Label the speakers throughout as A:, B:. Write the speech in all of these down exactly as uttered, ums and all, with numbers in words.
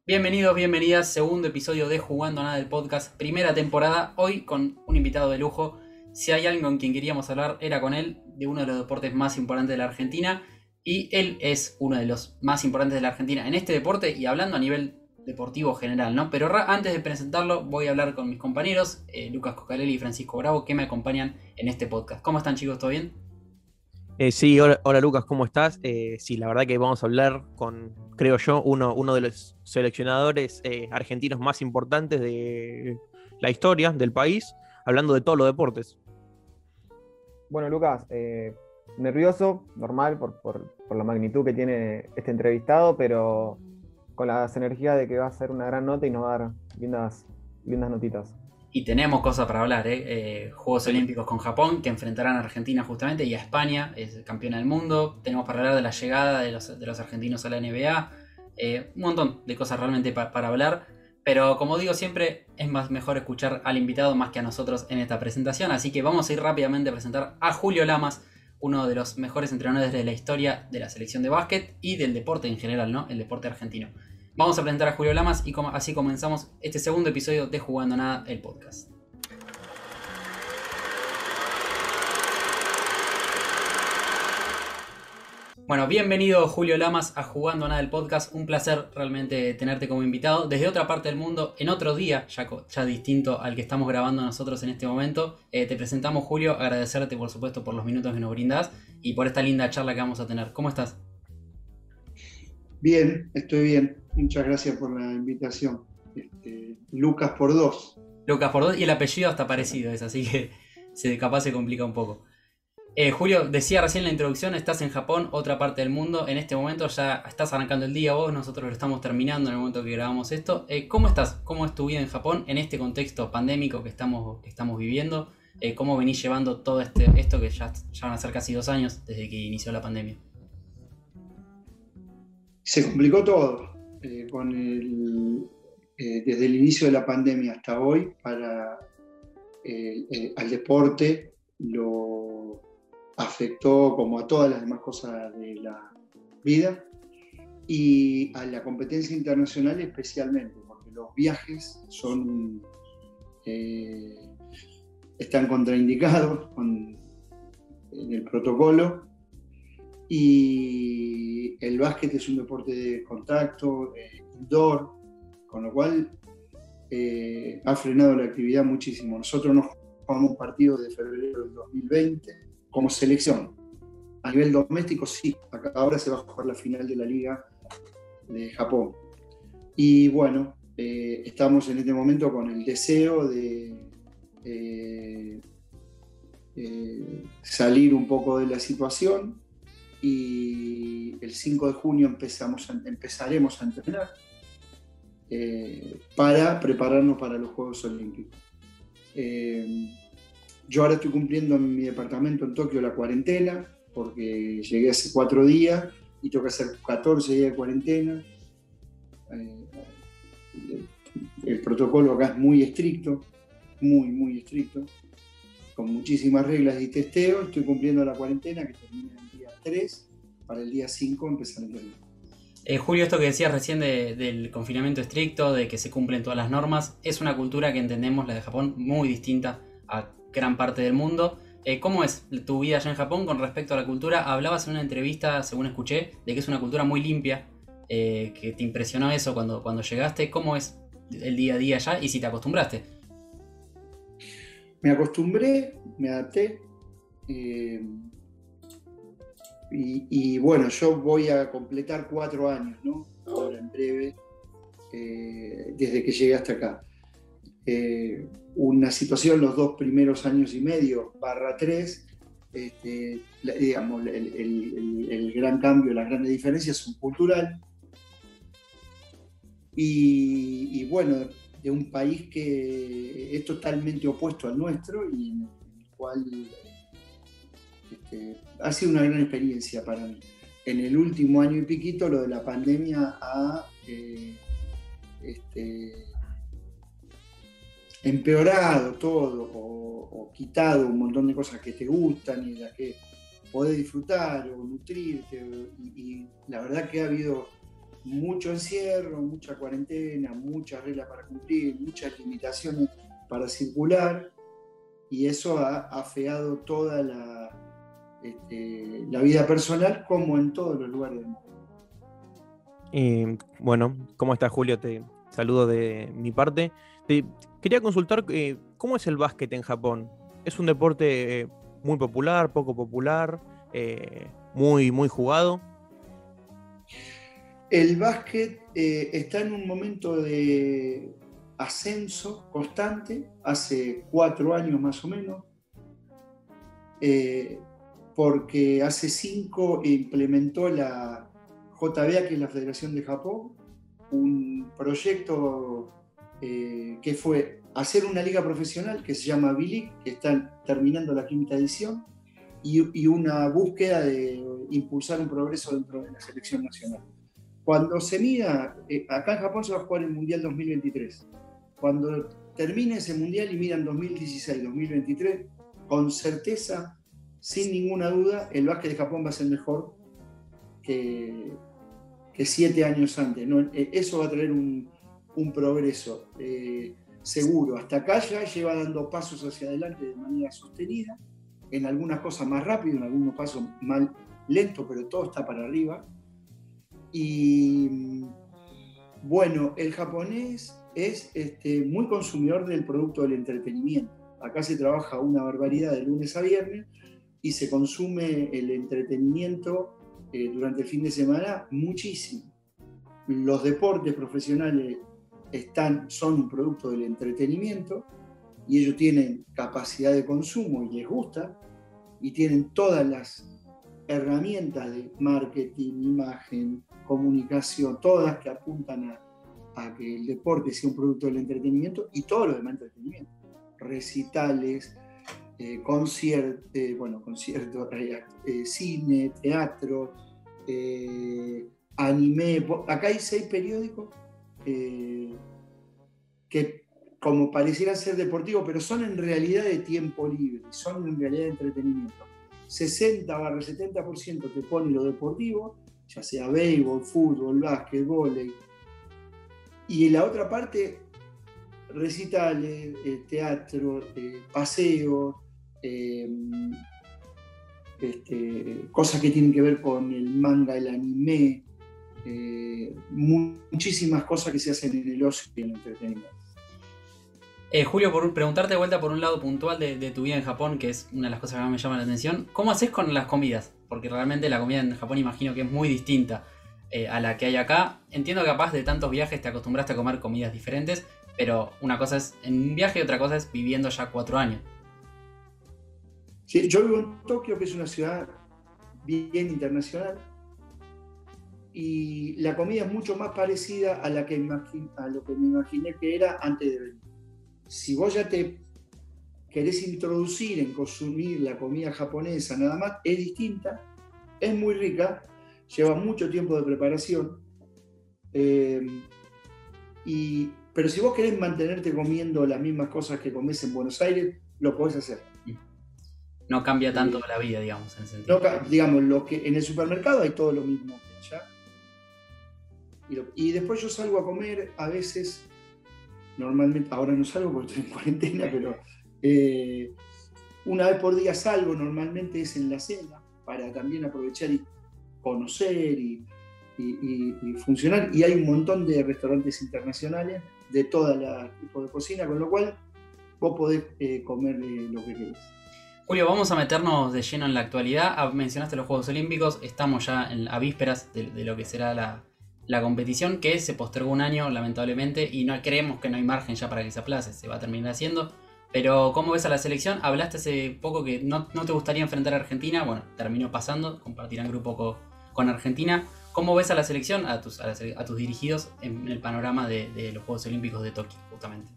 A: Bienvenidos, bienvenidas, segundo episodio de Jugando a Nada del podcast, primera temporada, hoy con un invitado de lujo. Si hay alguien con quien queríamos hablar, era con él, de uno de los deportes más importantes de la Argentina, y él es uno de los más importantes de la Argentina en este deporte y hablando a nivel deportivo general, ¿no? Pero antes de presentarlo, voy a hablar con mis compañeros, eh, Lucas Cocalelli y Francisco Bravo, que me acompañan en este podcast. ¿Cómo están, chicos? ¿Todo bien?
B: Eh, sí, hola, hola, Lucas, ¿cómo estás? Eh, sí, la verdad que vamos a hablar con, creo yo, uno, uno de los seleccionadores eh, argentinos más importantes de la historia del país, hablando de todos los deportes.
C: Bueno, Lucas, eh, nervioso, normal, por, por- por la magnitud que tiene este entrevistado, pero con las energías de que va a ser una gran nota y nos va a dar lindas, lindas notitas.
A: Y tenemos cosas para hablar, ¿eh? Eh, Juegos Olímpicos con Japón, que enfrentarán a Argentina justamente, y a España, es campeona del mundo. Tenemos para hablar de la llegada de los, de los argentinos a la N B A. Eh, un montón de cosas realmente pa- para hablar. Pero como digo siempre, es más mejor escuchar al invitado más que a nosotros en esta presentación. Así que vamos a ir rápidamente a presentar a Julio Lamas, uno de los mejores entrenadores de la historia de la selección de básquet y del deporte en general, ¿no? El deporte argentino. Vamos a presentar a Julio Lamas y como, así comenzamos este segundo episodio de Jugando Nada, el podcast. Bueno, bienvenido Julio Lamas a Jugando Nada, el podcast. Un placer realmente tenerte como invitado desde otra parte del mundo, en otro día, ya, ya distinto al que estamos grabando nosotros en este momento. Eh, te presentamos, Julio, agradecerte por supuesto por los minutos que nos brindás y por esta linda charla que vamos a tener. ¿Cómo estás?
D: Bien, estoy bien. Muchas gracias por la invitación. Este, Lucas por dos.
A: Lucas por dos y el apellido hasta parecido es, así que se, capaz se complica un poco. Eh, Julio, decía recién en la introducción, estás en Japón, otra parte del mundo. En este momento ya estás arrancando el día vos, nosotros lo estamos terminando en el momento que grabamos esto. Eh, ¿Cómo estás? ¿Cómo es tu vida en Japón en este contexto pandémico que estamos, que estamos viviendo? Eh, ¿Cómo venís llevando todo este, esto que ya, ya van a ser casi dos años desde que inició la pandemia?
D: Se complicó todo eh, con el, eh, desde el inicio de la pandemia hasta hoy para eh, eh, al deporte lo afectó como a todas las demás cosas de la vida y a la competencia internacional especialmente, porque los viajes son eh, están contraindicados con, en el protocolo. Y el básquet es un deporte de contacto, eh, indoor, con lo cual eh, ha frenado la actividad muchísimo. Nosotros nos jugamos un partido de febrero del dos mil veinte como selección. A nivel doméstico, sí, acá ahora se va a jugar la final de la Liga de Japón. Y bueno, eh, estamos en este momento con el deseo de eh, eh, salir un poco de la situación. Y el cinco de junio empezamos a, empezaremos a entrenar eh, para prepararnos para los Juegos Olímpicos. Eh, yo ahora estoy cumpliendo en mi departamento en Tokio la cuarentena, porque llegué hace cuatro días y tengo que hacer catorce días de cuarentena. Eh, el protocolo acá es muy estricto, muy, muy estricto, con muchísimas reglas y testeo. Estoy cumpliendo la cuarentena que termina el día tres, para el día cinco empezar a entrenar.
A: Eh, Julio, esto que decías recién de, del confinamiento estricto, de que se cumplen todas las normas, es una cultura que entendemos, la de Japón, muy distinta a gran parte del mundo. Eh, ¿Cómo es tu vida allá en Japón con respecto a la cultura? Hablabas en una entrevista, según escuché, de que es una cultura muy limpia, eh, que te impresionó eso cuando, cuando llegaste. ¿Cómo es el día a día allá y si te acostumbraste?
D: Me acostumbré, me adapté. Eh, y, y bueno, yo voy a completar cuatro años, ¿no? Ahora en breve, eh, desde que llegué hasta acá. Eh, una situación los dos primeros años y medio, barra tres, este, la, digamos, el, el, el, el gran cambio, las grandes diferencias son cultural. Y, y bueno, de un país que es totalmente opuesto al nuestro y en el cual este, ha sido una gran experiencia para mí. En el último año y piquito lo de la pandemia ha eh, este, empeorado todo o, o quitado un montón de cosas que te gustan y de las que podés disfrutar o nutrirte y, y la verdad que ha habido mucho encierro, mucha cuarentena, muchas reglas para cumplir, muchas limitaciones para circular, y eso ha afeado toda la, este, la vida personal, como en todos los lugares del mundo.
B: Eh, bueno, ¿cómo estás, Julio? Te saludo de mi parte. Te quería consultar eh, cómo es el básquet en Japón. ¿Es un deporte eh, muy popular, poco popular, eh, muy, muy jugado?
D: El básquet eh, está en un momento de ascenso constante, hace cuatro años más o menos, eh, porque hace cinco implementó la J B A, que es la Federación de Japón, un proyecto eh, que fue hacer una liga profesional que se llama B-League, que está terminando la quinta edición, y, y una búsqueda de impulsar un progreso dentro de la selección nacional. Cuando se mida, eh, acá en Japón se va a jugar el Mundial dos mil veintitrés. Cuando termine ese Mundial y miran dos mil dieciséis dos mil veintitrés, con certeza, sin ninguna duda, el básquet de Japón va a ser mejor que, que siete años antes, ¿no? Eso va a traer un, un progreso eh, seguro. Hasta acá ya lleva dando pasos hacia adelante de manera sostenida, en algunas cosas más rápido, en algunos pasos más lento, pero todo está para arriba. Y bueno, el japonés es este, muy consumidor del producto del entretenimiento. Acá se trabaja una barbaridad de lunes a viernes y se consume el entretenimiento eh, durante el fin de semana muchísimo. Los deportes profesionales están, son un producto del entretenimiento y ellos tienen capacidad de consumo y les gusta, y tienen todas las herramientas de marketing, imagen, comunicación, todas que apuntan a, a que el deporte sea un producto del entretenimiento, y todo lo demás entretenimiento. Recitales, eh, conciertos, eh, bueno, conciertos, eh, eh, cine, teatro, eh, anime. Acá hay seis periódicos eh, que como parecieran ser deportivos, pero son en realidad de tiempo libre, son en realidad de entretenimiento. sesenta barra setenta por ciento te pone lo deportivo, ya sea béisbol, fútbol, básquet, vóley, y la otra parte, recitales, eh, teatro, eh, paseos, eh, este, cosas que tienen que ver con el manga, el anime, eh, muchísimas cosas que se hacen en el ocio y en el entretenimiento.
A: Eh, Julio, por preguntarte de vuelta por un lado puntual de, de tu vida en Japón, que es una de las cosas que más me llama la atención. ¿Cómo haces con las comidas? Porque realmente la comida en Japón imagino que es muy distinta eh, a la que hay acá. Entiendo que capaz de tantos viajes te acostumbraste a comer comidas diferentes, pero una cosa es en un viaje y otra cosa es viviendo ya cuatro años.
D: Sí, yo vivo en Tokio, que es una ciudad bien internacional, y la comida es mucho más parecida a, la que imagine, a lo que me imaginé que era antes de venir. Si vos ya te querés introducir en consumir la comida japonesa nada más, es distinta, es muy rica, lleva mucho tiempo de preparación, eh, y, pero si vos querés mantenerte comiendo las mismas cosas que comés en Buenos Aires, lo podés hacer.
A: No cambia tanto
D: eh,
A: la vida, digamos, en ese sentido.
D: No, digamos, lo que, en el supermercado hay todo lo mismo que allá. Y, lo, y después yo salgo a comer a veces. Normalmente, ahora no salgo porque estoy en cuarentena, pero eh, una vez por día salgo, normalmente es en la cena, para también aprovechar y conocer y, y, y, y funcionar. Y hay un montón de restaurantes internacionales de todo tipo de cocina, con lo cual vos podés eh, comer eh, lo que querés.
A: Julio, vamos a meternos de lleno en la actualidad. Ah, mencionaste los Juegos Olímpicos, estamos ya en, a vísperas de, de lo que será la... la competición, que se postergó un año lamentablemente y no creemos que no hay margen ya para que se aplace, se va a terminar haciendo. Pero ¿cómo ves a la selección? Hablaste hace poco que no, no te gustaría enfrentar a Argentina, bueno, terminó pasando, compartirán grupo con, con Argentina. ¿Cómo ves a la selección, a tus, a, la, a tus dirigidos en el panorama de, de los Juegos Olímpicos de Tokio, justamente?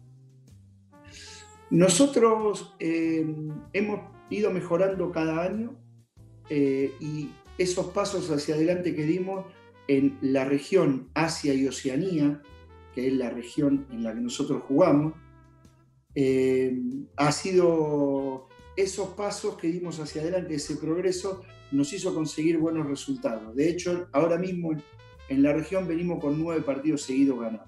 D: Nosotros eh, hemos ido mejorando cada año eh, y esos pasos hacia adelante que dimos en la región Asia y Oceanía, que es la región en la que nosotros jugamos, eh, ha sido esos pasos que dimos hacia adelante, ese progreso, nos hizo conseguir buenos resultados. De hecho, ahora mismo en la región venimos con nueve partidos seguidos ganados.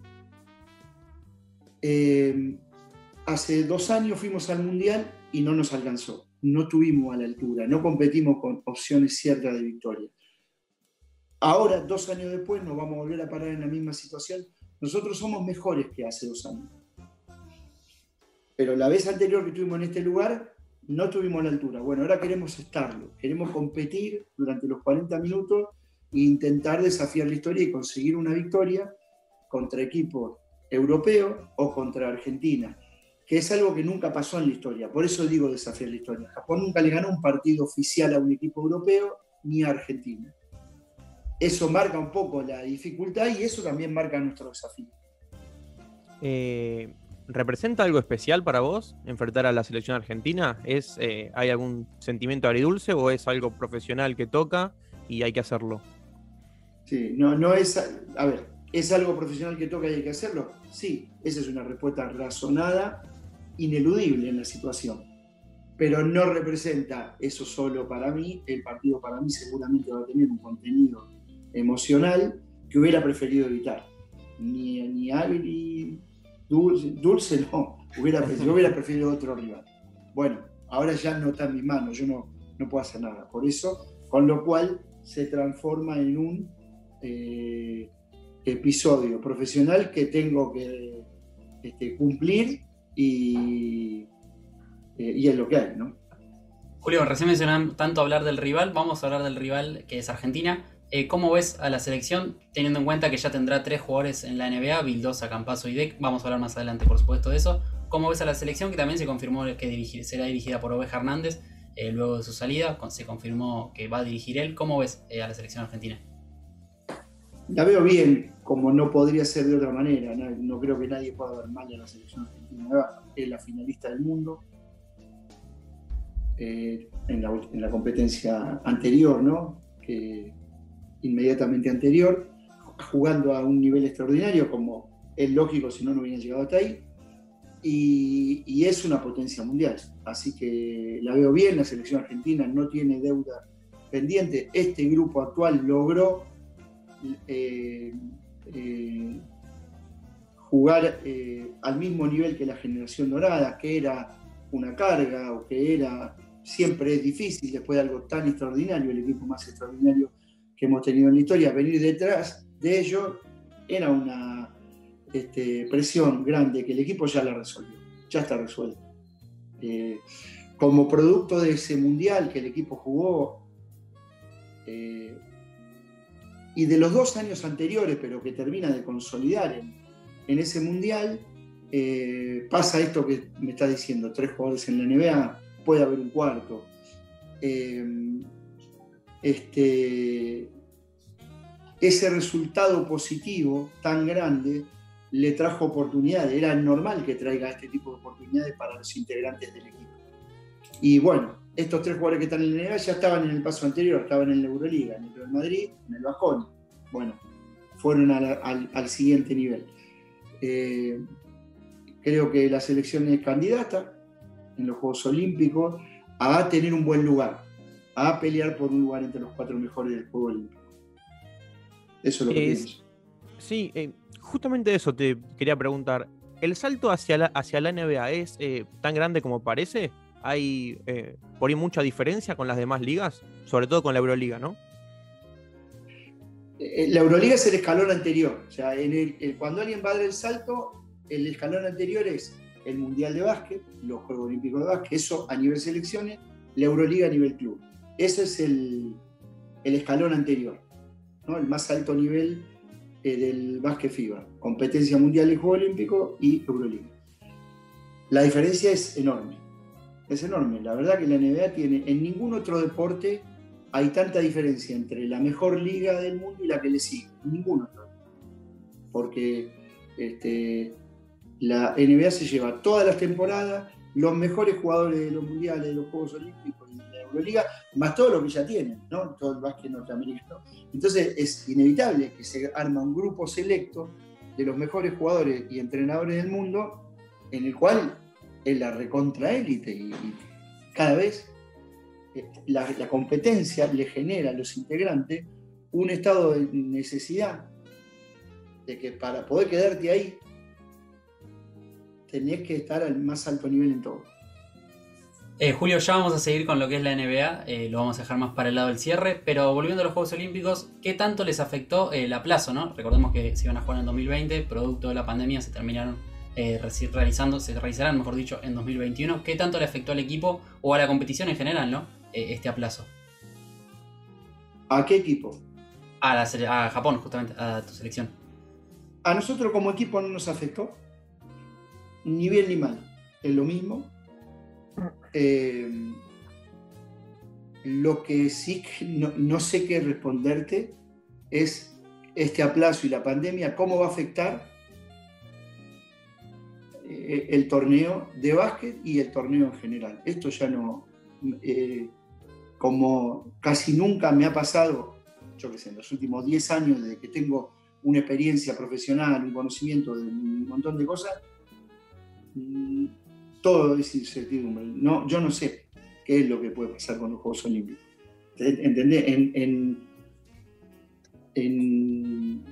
D: Eh, hace dos años fuimos al Mundial y no nos alcanzó. No estuvimos a la altura, no competimos con opciones ciertas de victoria. Ahora, dos años después, nos vamos a volver a parar en la misma situación. Nosotros somos mejores que hace dos años. Pero la vez anterior que estuvimos en este lugar, no estuvimos a la altura. Bueno, ahora queremos estarlo. Queremos competir durante los cuarenta minutos e intentar desafiar la historia y conseguir una victoria contra equipos europeos o contra Argentina, que es algo que nunca pasó en la historia. Por eso digo desafiar la historia. Japón nunca le ganó un partido oficial a un equipo europeo ni a Argentina. Eso marca un poco la dificultad y eso también marca nuestro desafío.
B: Eh, ¿Representa algo especial para vos enfrentar a la selección argentina? ¿Es, eh, ¿Hay algún sentimiento agridulce o es algo profesional que toca y hay que hacerlo?
D: Sí, no, no es... A ver, ¿es algo profesional que toca y hay que hacerlo? Sí, esa es una respuesta razonada, ineludible en la situación. Pero no representa eso solo para mí. El partido para mí seguramente va a tener un contenido emocional que hubiera preferido evitar. Ni, ni agri, dulce, dulce no, hubiera, yo hubiera preferido otro rival. Bueno, ahora ya no está en mis manos, yo no, no puedo hacer nada. Por eso, con lo cual se transforma en un eh, episodio profesional que tengo que este, cumplir y, eh, y es lo que hay, ¿no?
A: Julio, recién mencionaron tanto hablar del rival, vamos a hablar del rival que es Argentina. Eh, ¿Cómo ves a la selección, teniendo en cuenta que ya tendrá tres jugadores en la N B A, Vildosa, Campazzo y Deck? Vamos a hablar más adelante, por supuesto, de eso. ¿Cómo ves a la selección, que también se confirmó que dirigir, será dirigida por Oveja Hernández eh, luego de su salida? Se confirmó que va a dirigir él. ¿Cómo ves eh, a la selección argentina?
D: La veo bien, como no podría ser de otra manera. No, no creo que nadie pueda ver mal a la selección argentina. Es la finalista del mundo. Eh, en, la, en la competencia anterior, ¿no? Que inmediatamente anterior, jugando a un nivel extraordinario, como es lógico, si no, no hubiera llegado hasta ahí, y, y es una potencia mundial. Así que la veo bien, la selección argentina no tiene deuda pendiente. Este grupo actual logró eh, eh, jugar eh, al mismo nivel que la generación dorada, que era una carga, o que era, siempre es difícil, después de algo tan extraordinario, el equipo más extraordinario que hemos tenido en la historia, venir detrás de ellos era una este, presión grande que el equipo ya la resolvió, ya está resuelto. Eh, como producto de ese mundial que el equipo jugó eh, y de los dos años anteriores, pero que termina de consolidar en, en ese mundial, eh, pasa esto que me está diciendo, tres jugadores en la N B A, puede haber un cuarto. Eh, Este, ese resultado positivo tan grande le trajo oportunidades. Era normal que traiga este tipo de oportunidades para los integrantes del equipo. Y bueno, estos tres jugadores que están en la N B A ya estaban en el paso anterior, estaban en la Euroliga, en el Real Madrid, en el Bajón. Bueno, fueron al, al, al siguiente nivel. Eh, creo que la selección es candidata en los Juegos Olímpicos a tener un buen lugar, a pelear por un lugar entre los cuatro mejores del Juego Olímpico. Eso es lo que
B: es, pienso. Sí, eh, justamente eso te quería preguntar. ¿El salto hacia la, hacia la N B A es eh, tan grande como parece? ¿Hay eh, por ahí mucha diferencia con las demás ligas? Sobre todo con la Euroliga, ¿no?
D: La Euroliga es el escalón anterior. O sea, en el, el, cuando alguien va a dar el salto, el escalón anterior es el Mundial de Básquet, los Juegos Olímpicos de Básquet, eso a nivel selecciones, la Euroliga a nivel club. Ese es el, el escalón anterior, ¿no? El más alto nivel eh, del básquet FIBA, competencia mundial y Juego Olímpico y Euroliga. La diferencia es enorme, es enorme. La verdad que la N B A tiene, en ningún otro deporte hay tanta diferencia entre la mejor liga del mundo y la que le sigue, en ningún otro. Porque este, la N B A se lleva todas las temporadas, los mejores jugadores de los mundiales, de los Juegos Olímpicos y de la Euroliga, más todo lo que ya tienen, ¿no? Todo el básquet norteamericano. Entonces es inevitable que se arma un grupo selecto de los mejores jugadores y entrenadores del mundo, en el cual es la recontraélite y, y cada vez la, la competencia le genera a los integrantes un estado de necesidad de que para poder quedarte ahí, tenés que estar al más alto nivel en todo.
A: Eh, Julio, ya vamos a seguir con lo que es la N B A, eh, lo vamos a dejar más para el lado del cierre, pero volviendo a los Juegos Olímpicos, ¿qué tanto les afectó eh, el aplazo, ¿no? Recordemos que se iban a jugar en dos mil veinte, producto de la pandemia se terminaron eh, realizando, se realizarán, mejor dicho, en dos mil veintiuno. ¿Qué tanto le afectó al equipo o a la competición en general, ¿no? Eh, este aplazo.
D: ¿A qué equipo?
A: A, la, a Japón, justamente, a tu selección.
D: A nosotros como equipo no nos afectó, ni bien ni mal, es lo mismo. Eh, lo que sí que no, no sé qué responderte es este aplazo y la pandemia, cómo va a afectar eh, el torneo de básquet y el torneo en general. Esto ya no, eh, como casi nunca me ha pasado, yo qué sé, en los últimos diez años desde que tengo una experiencia profesional, un conocimiento de un montón de cosas, todo es incertidumbre. No, yo no sé qué es lo que puede pasar con los Juegos Olímpicos. ¿Entendés? En, en, en,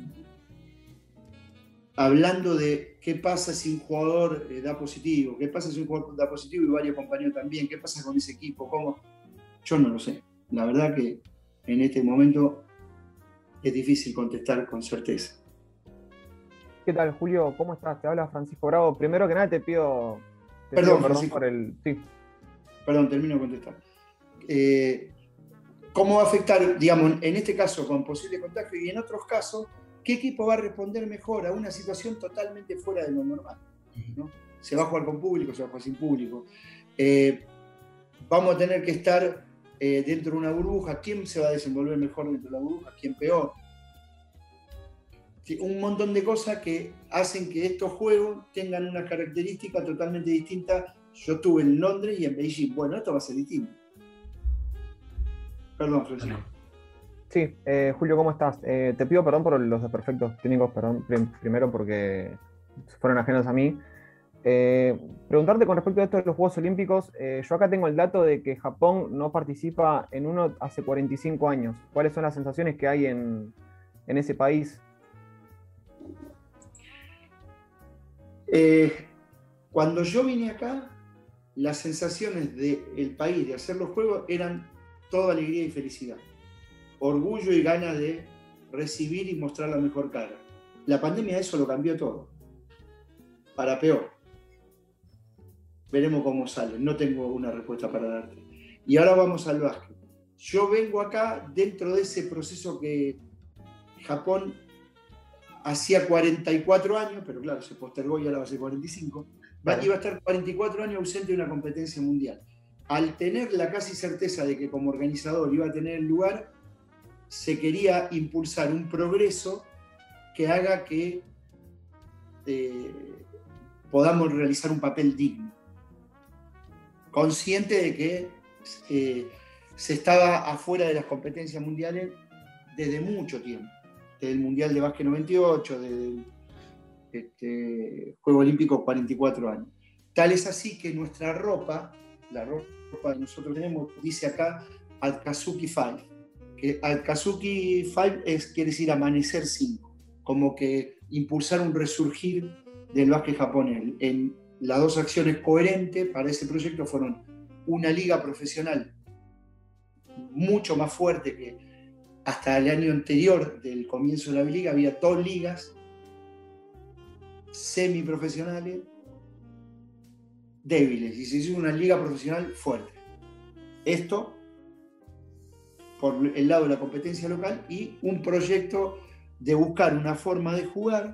D: hablando de qué pasa si un jugador eh, da positivo, qué pasa si un jugador da positivo y varios compañeros también, qué pasa con ese equipo, cómo, yo no lo sé. La verdad que en este momento es difícil contestar con certeza.
C: ¿Qué tal, Julio? ¿Cómo estás? Te habla Francisco Bravo. Primero que nada te pido, te
D: perdón,
C: pido perdón
D: Francisco.
C: por el... Sí.
D: Perdón, termino de contestar. Eh, ¿Cómo va a afectar, digamos, en este caso con posible contagio y en otros casos, qué equipo va a responder mejor a una situación totalmente fuera de lo normal, ¿no? Se va a jugar con público, se va a jugar sin público. Eh, vamos a tener que estar eh, dentro de una burbuja. ¿Quién se va a desenvolver mejor dentro de la burbuja? ¿Quién peor? Un montón de cosas que hacen que estos juegos tengan una característica totalmente distinta. Yo estuve en Londres y en Beijing. Bueno, esto va a ser distinto. Perdón, Francisco.
C: Sí, eh, Julio, ¿cómo estás? Eh, te pido perdón por los desperfectos técnicos, perdón, prim- primero porque fueron ajenos a mí. Eh, preguntarte con respecto a esto de los Juegos Olímpicos, eh, yo acá tengo el dato de que Japón no participa en uno hace cuarenta y cinco años. ¿Cuáles son las sensaciones que hay en, en ese país?
D: Eh, cuando yo vine acá, las sensaciones del país de hacer los juegos eran toda alegría y felicidad, orgullo y ganas de recibir y mostrar la mejor cara. La pandemia eso lo cambió todo, para peor. Veremos cómo sale, no tengo una respuesta para darte. Y ahora vamos al básquet. Yo vengo acá dentro de ese proceso que Japón hacía cuarenta y cuatro años, pero claro, se postergó y ahora va a ser cuarenta y cinco,
C: Claro.
D: iba a estar cuarenta y cuatro años ausente de una competencia mundial. Al tener la casi certeza de que como organizador iba a tener el lugar, se quería impulsar un progreso que haga que eh, podamos realizar un papel digno. Consciente de que eh, se estaba afuera de las competencias mundiales desde mucho tiempo. Desde el Mundial de Básquet noventa y ocho, desde el este, Juego Olímpico cuarenta y cuatro años. Tal es así que nuestra ropa, la ropa que nosotros tenemos, dice acá Akatsuki cinco, que Akatsuki cinco es, quiere decir amanecer cinco, como que impulsar un resurgir del básquet japonés. En las dos acciones coherentes para ese proyecto fueron una liga profesional mucho más fuerte que hasta el año anterior del comienzo de la liga. Había dos ligas semiprofesionales débiles y se hizo una liga profesional fuerte. Esto por el lado de la competencia local y un proyecto de buscar una forma de jugar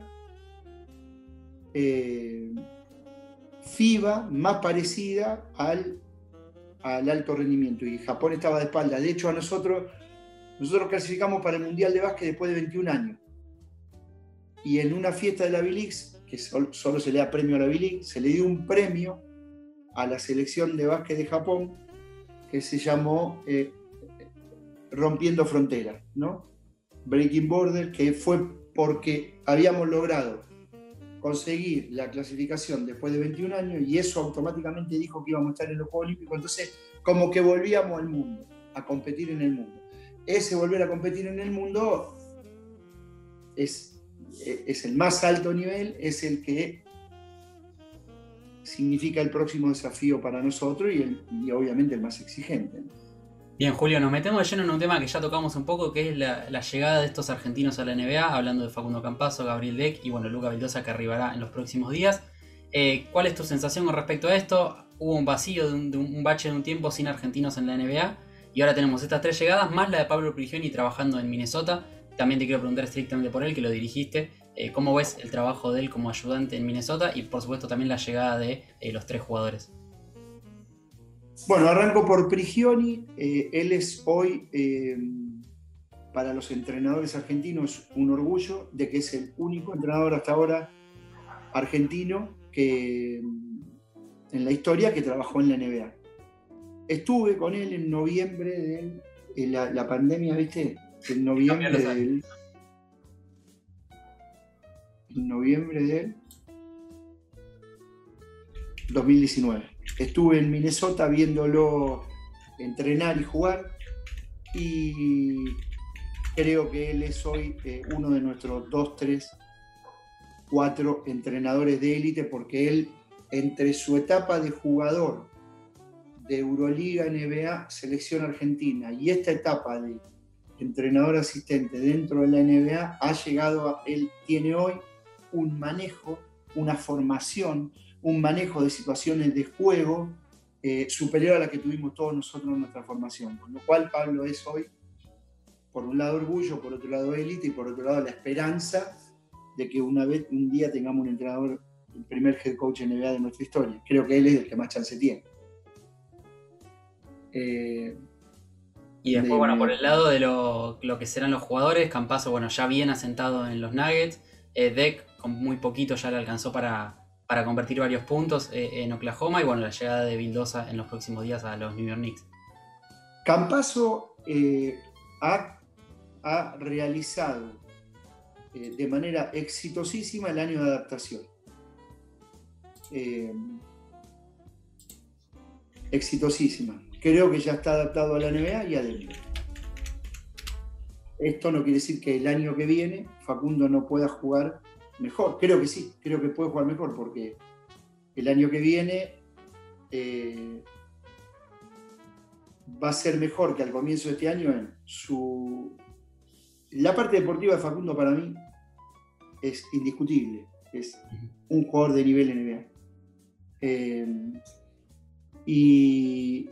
D: eh, FIBA más parecida al, al alto rendimiento, y Japón estaba de espalda. De hecho, a nosotros nosotros clasificamos para el Mundial de Básquet después de veintiún años, y en una fiesta de la B-League, que solo se le da premio a la B-League, se le dio un premio a la selección de básquet de Japón que se llamó eh, Rompiendo Fronteras, ¿no? Breaking Border, que fue porque habíamos logrado conseguir la clasificación después de veintiún años, y eso automáticamente dijo que íbamos a estar en los Juegos Olímpicos. Entonces, como que volvíamos al mundo, a competir en el mundo. Ese volver a competir en el mundo es es el más alto nivel, es el que significa el próximo desafío para nosotros y, el, y obviamente el más exigente.
A: Bien, Julio, nos metemos de lleno en un tema que ya tocamos un poco, que es la, la llegada de estos argentinos a la N B A, hablando de Facundo Campazzo, Gabriel Deck y bueno, Luca Vildosa, que arribará en los próximos días. Eh, ¿Cuál es tu sensación con respecto a esto? Hubo un vacío, de un, de un bache de un tiempo sin argentinos en la N B A y ahora tenemos estas tres llegadas, más la de Pablo Prigioni trabajando en Minnesota. También te quiero preguntar estrictamente por él, que lo dirigiste. Eh, ¿Cómo ves el trabajo de él como ayudante en Minnesota? Y por supuesto también la llegada de eh, los tres jugadores.
D: Bueno, arranco por Prigioni. Eh, él es hoy, eh, para los entrenadores argentinos, un orgullo de que es el único entrenador hasta ahora argentino que, en la historia que trabajó en la N B A. Estuve con él en noviembre de en la, la pandemia, ¿viste? En noviembre del... En noviembre del dos mil diecinueve. Estuve en Minnesota viéndolo entrenar y jugar y creo que él es hoy eh, uno de nuestros dos, tres, cuatro entrenadores de élite porque él, entre su etapa de jugador de Euroliga, N B A, selección argentina y esta etapa de entrenador asistente dentro de la N B A, ha llegado a, él tiene hoy un manejo, una formación, un manejo de situaciones de juego eh, superior a la que tuvimos todos nosotros en nuestra formación. Con lo cual Pablo es hoy, por un lado orgullo, por otro lado élite y por otro lado la esperanza de que una vez, un día tengamos un entrenador, el primer head coach N B A de nuestra historia. Creo que él es el que más chance tiene. Eh,
A: y después,
D: de,
A: bueno, por el lado de lo, lo que serán los jugadores, Campazzo, bueno, ya bien asentado en los Nuggets, eh, Deck con muy poquito ya le alcanzó para, para convertir varios puntos eh, en Oklahoma y bueno, la llegada de Vildosa en los próximos días a los New York Knicks.
D: Campazzo eh, ha, ha realizado eh, de manera exitosísima el año de adaptación. Eh, exitosísima. Creo que ya está adaptado a la N B A y a Denver. Esto no quiere decir que el año que viene Facundo no pueda jugar mejor. Creo que sí, creo que puede jugar mejor porque el año que viene eh, va a ser mejor que al comienzo de este año en su... La parte deportiva de Facundo para mí es indiscutible. Es un jugador de nivel N B A. Eh, y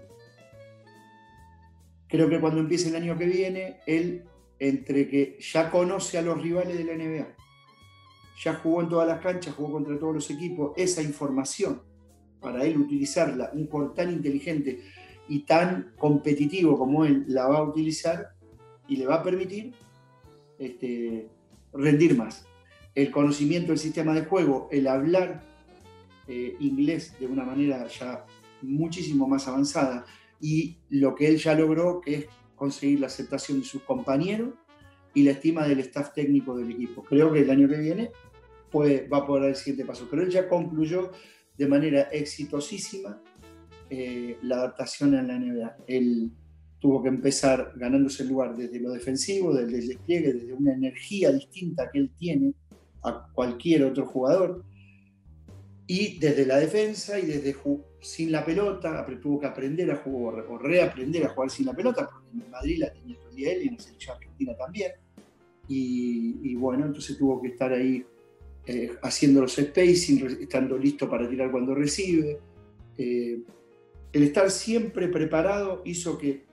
D: creo que cuando empiece el año que viene, él, entre que ya conoce a los rivales de la N B A, ya jugó en todas las canchas, jugó contra todos los equipos, esa información, para él utilizarla, un jugador tan inteligente y tan competitivo como él la va a utilizar y le va a permitir este, rendir más. El conocimiento del sistema de juego, el hablar eh, inglés de una manera ya muchísimo más avanzada y lo que él ya logró, que es conseguir la aceptación de sus compañeros y la estima del staff técnico del equipo. Creo que el año que viene puede, va a poder dar el siguiente paso, pero él ya concluyó de manera exitosísima eh, la adaptación en la N B A. Él tuvo que empezar ganándose el lugar desde lo defensivo, desde el despliegue, desde una energía distinta que él tiene a cualquier otro jugador, y desde la defensa y desde sin la pelota, tuvo que aprender a jugar o reaprender a jugar sin la pelota, porque en Madrid la tenía todo el día él y en la selección argentina también. Y, y bueno, entonces tuvo que estar ahí eh, haciendo los spacing, estando listo para tirar cuando recibe. Eh, el estar siempre preparado hizo que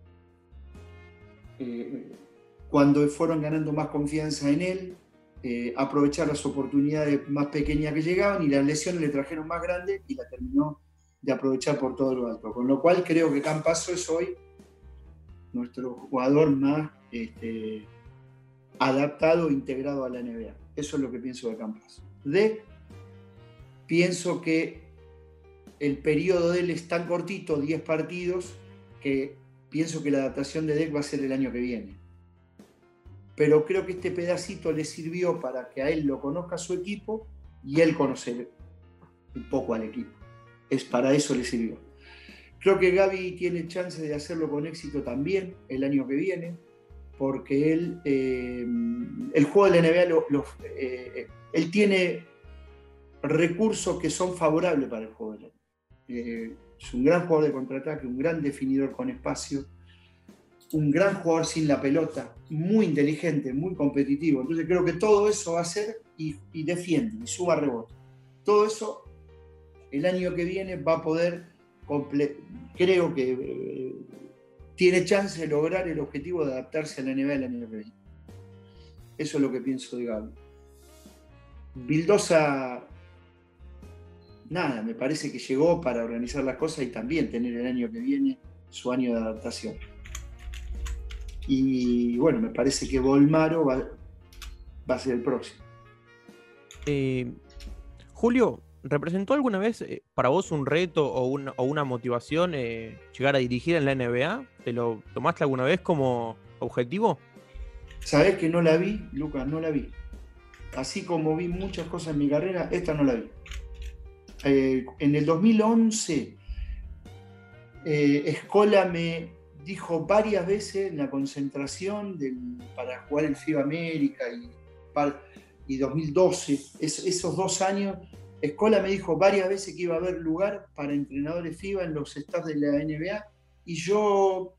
D: eh, cuando fueron ganando más confianza en él, Eh, aprovechar las oportunidades más pequeñas que llegaban y las lesiones le trajeron más grandes y la terminó de aprovechar por todo lo alto. Con lo cual creo que Campazzo es hoy nuestro jugador más este, adaptado e integrado a la N B A. Eso es lo que pienso de Campazzo. De, pienso que el periodo de él es tan cortito, diez partidos, que pienso que la adaptación de Deck va a ser el año que viene. Pero creo que este pedacito le sirvió para que a él lo conozca su equipo y él conocer un poco al equipo. Es para eso le sirvió. Creo que Gaby tiene chance de hacerlo con éxito también el año que viene. porque él, eh, el juego de la N B A, lo, lo, eh, él tiene recursos que son favorables para el juego de la N B A. Eh, es un gran jugador de contraataque, un gran definidor con espacio, un gran jugador sin la pelota, muy inteligente, muy competitivo. Entonces creo que todo eso va a hacer y, y defiende, y suba rebote. Todo eso el año que viene va a poder, creo que eh, tiene chance de lograr el objetivo de adaptarse a la N B A el año que viene. Eso es lo que pienso de Gaby. Vildosa, nada, me parece que llegó para organizar las cosas y también tener el año que viene su año de adaptación. Y bueno, me parece que Bolmaro va, va a ser el próximo.
B: Eh, Julio, ¿representó alguna vez eh, para vos un reto o una, o una motivación eh, llegar a dirigir en la N B A? ¿Te lo tomaste alguna vez como objetivo?
D: Sabés que no la vi, Lucas, no la vi. Así como vi muchas cosas en mi carrera, esta no la vi. Eh, en el dos mil once, eh, Scola me dijo varias veces en la concentración del, para jugar el FIBA América y, para, y dos mil doce, es, esos dos años, Scola me dijo varias veces que iba a haber lugar para entrenadores FIBA en los staffs de la N B A y yo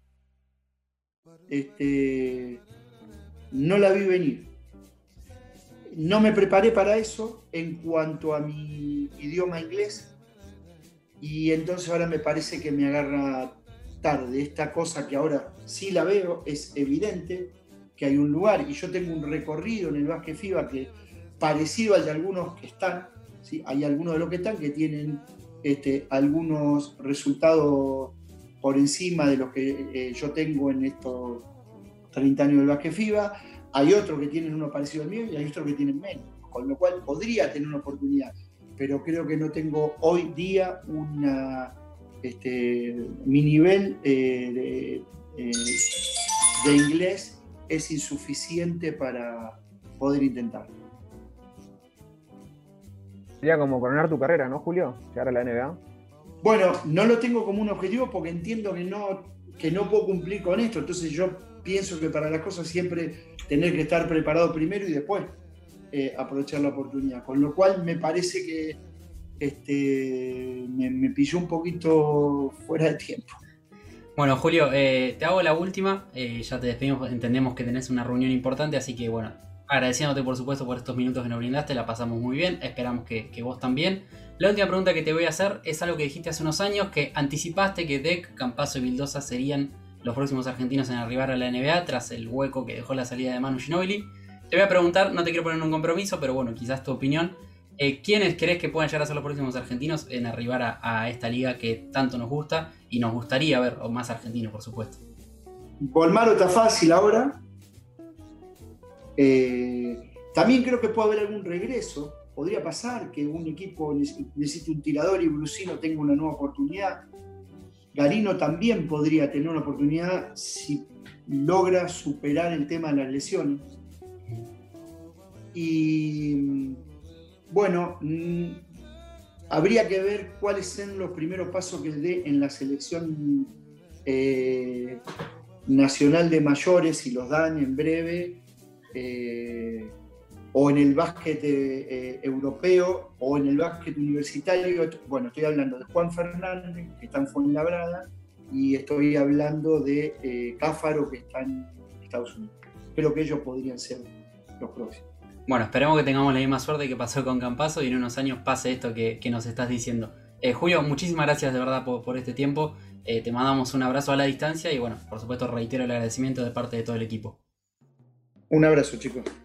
D: este, no la vi venir. No me preparé para eso en cuanto a mi idioma inglés y entonces ahora me parece que me agarra tarde. Esta cosa que ahora sí la veo, es evidente que hay un lugar y yo tengo un recorrido en el básquet FIBA que parecido al de algunos que están, ¿sí? Hay algunos de los que están que tienen este, algunos resultados por encima de los que eh, yo tengo en estos treinta años del básquet FIBA. Hay otros que tienen uno parecido al mío y hay otros que tienen menos, con lo cual podría tener una oportunidad, pero creo que no tengo hoy día una... Este, mi nivel eh, de, eh, de inglés es insuficiente para poder intentar.
C: Sería como coronar tu carrera, ¿no, Julio? Llegar a la N B A.
D: Bueno, no lo tengo como un objetivo porque entiendo que no, que no puedo cumplir con esto. Entonces yo pienso que para las cosas siempre tener que estar preparado primero y después eh, aprovechar la oportunidad. Con lo cual me parece que Este, me, me pilló un poquito fuera de tiempo.
A: Bueno, Julio, eh, te hago la última. Eh, ya te despedimos, entendemos que tenés una reunión importante, así que bueno, agradeciéndote por supuesto por estos minutos que nos brindaste, la pasamos muy bien, esperamos que, que vos también. La última pregunta que te voy a hacer es algo que dijiste hace unos años, que anticipaste que Deck, Campazzo y Vildosa serían los próximos argentinos en arribar a la N B A tras el hueco que dejó la salida de Manu Ginóbili. Te voy a preguntar, no te quiero poner en un compromiso, pero bueno, quizás tu opinión. Eh, ¿Quiénes crees que pueden llegar a ser los próximos argentinos en arribar a, a esta liga que tanto nos gusta y nos gustaría ver o más argentinos, por supuesto?
D: Bolmaro está fácil ahora. Eh, también creo que puede haber algún regreso. Podría pasar que un equipo necesite un tirador y Brusino tenga una nueva oportunidad. Garino también podría tener una oportunidad si logra superar el tema de las lesiones. Y bueno, mmm, habría que ver cuáles son los primeros pasos que dé en la selección eh, nacional de mayores, si los dan en breve, eh, o en el básquet eh, europeo, o en el básquet universitario. Bueno, estoy hablando de Juan Fernández, que está en Fuenlabrada, y estoy hablando de eh, Cáfaro, que está en Estados Unidos. Creo que ellos podrían ser los próximos.
A: Bueno, esperemos que tengamos la misma suerte que pasó con Campazzo y en unos años pase esto que, que nos estás diciendo. Eh, Julio, muchísimas gracias de verdad por, por este tiempo. Eh, te mandamos un abrazo a la distancia y bueno, por supuesto reitero el agradecimiento de parte de todo el equipo.
D: Un abrazo, chicos.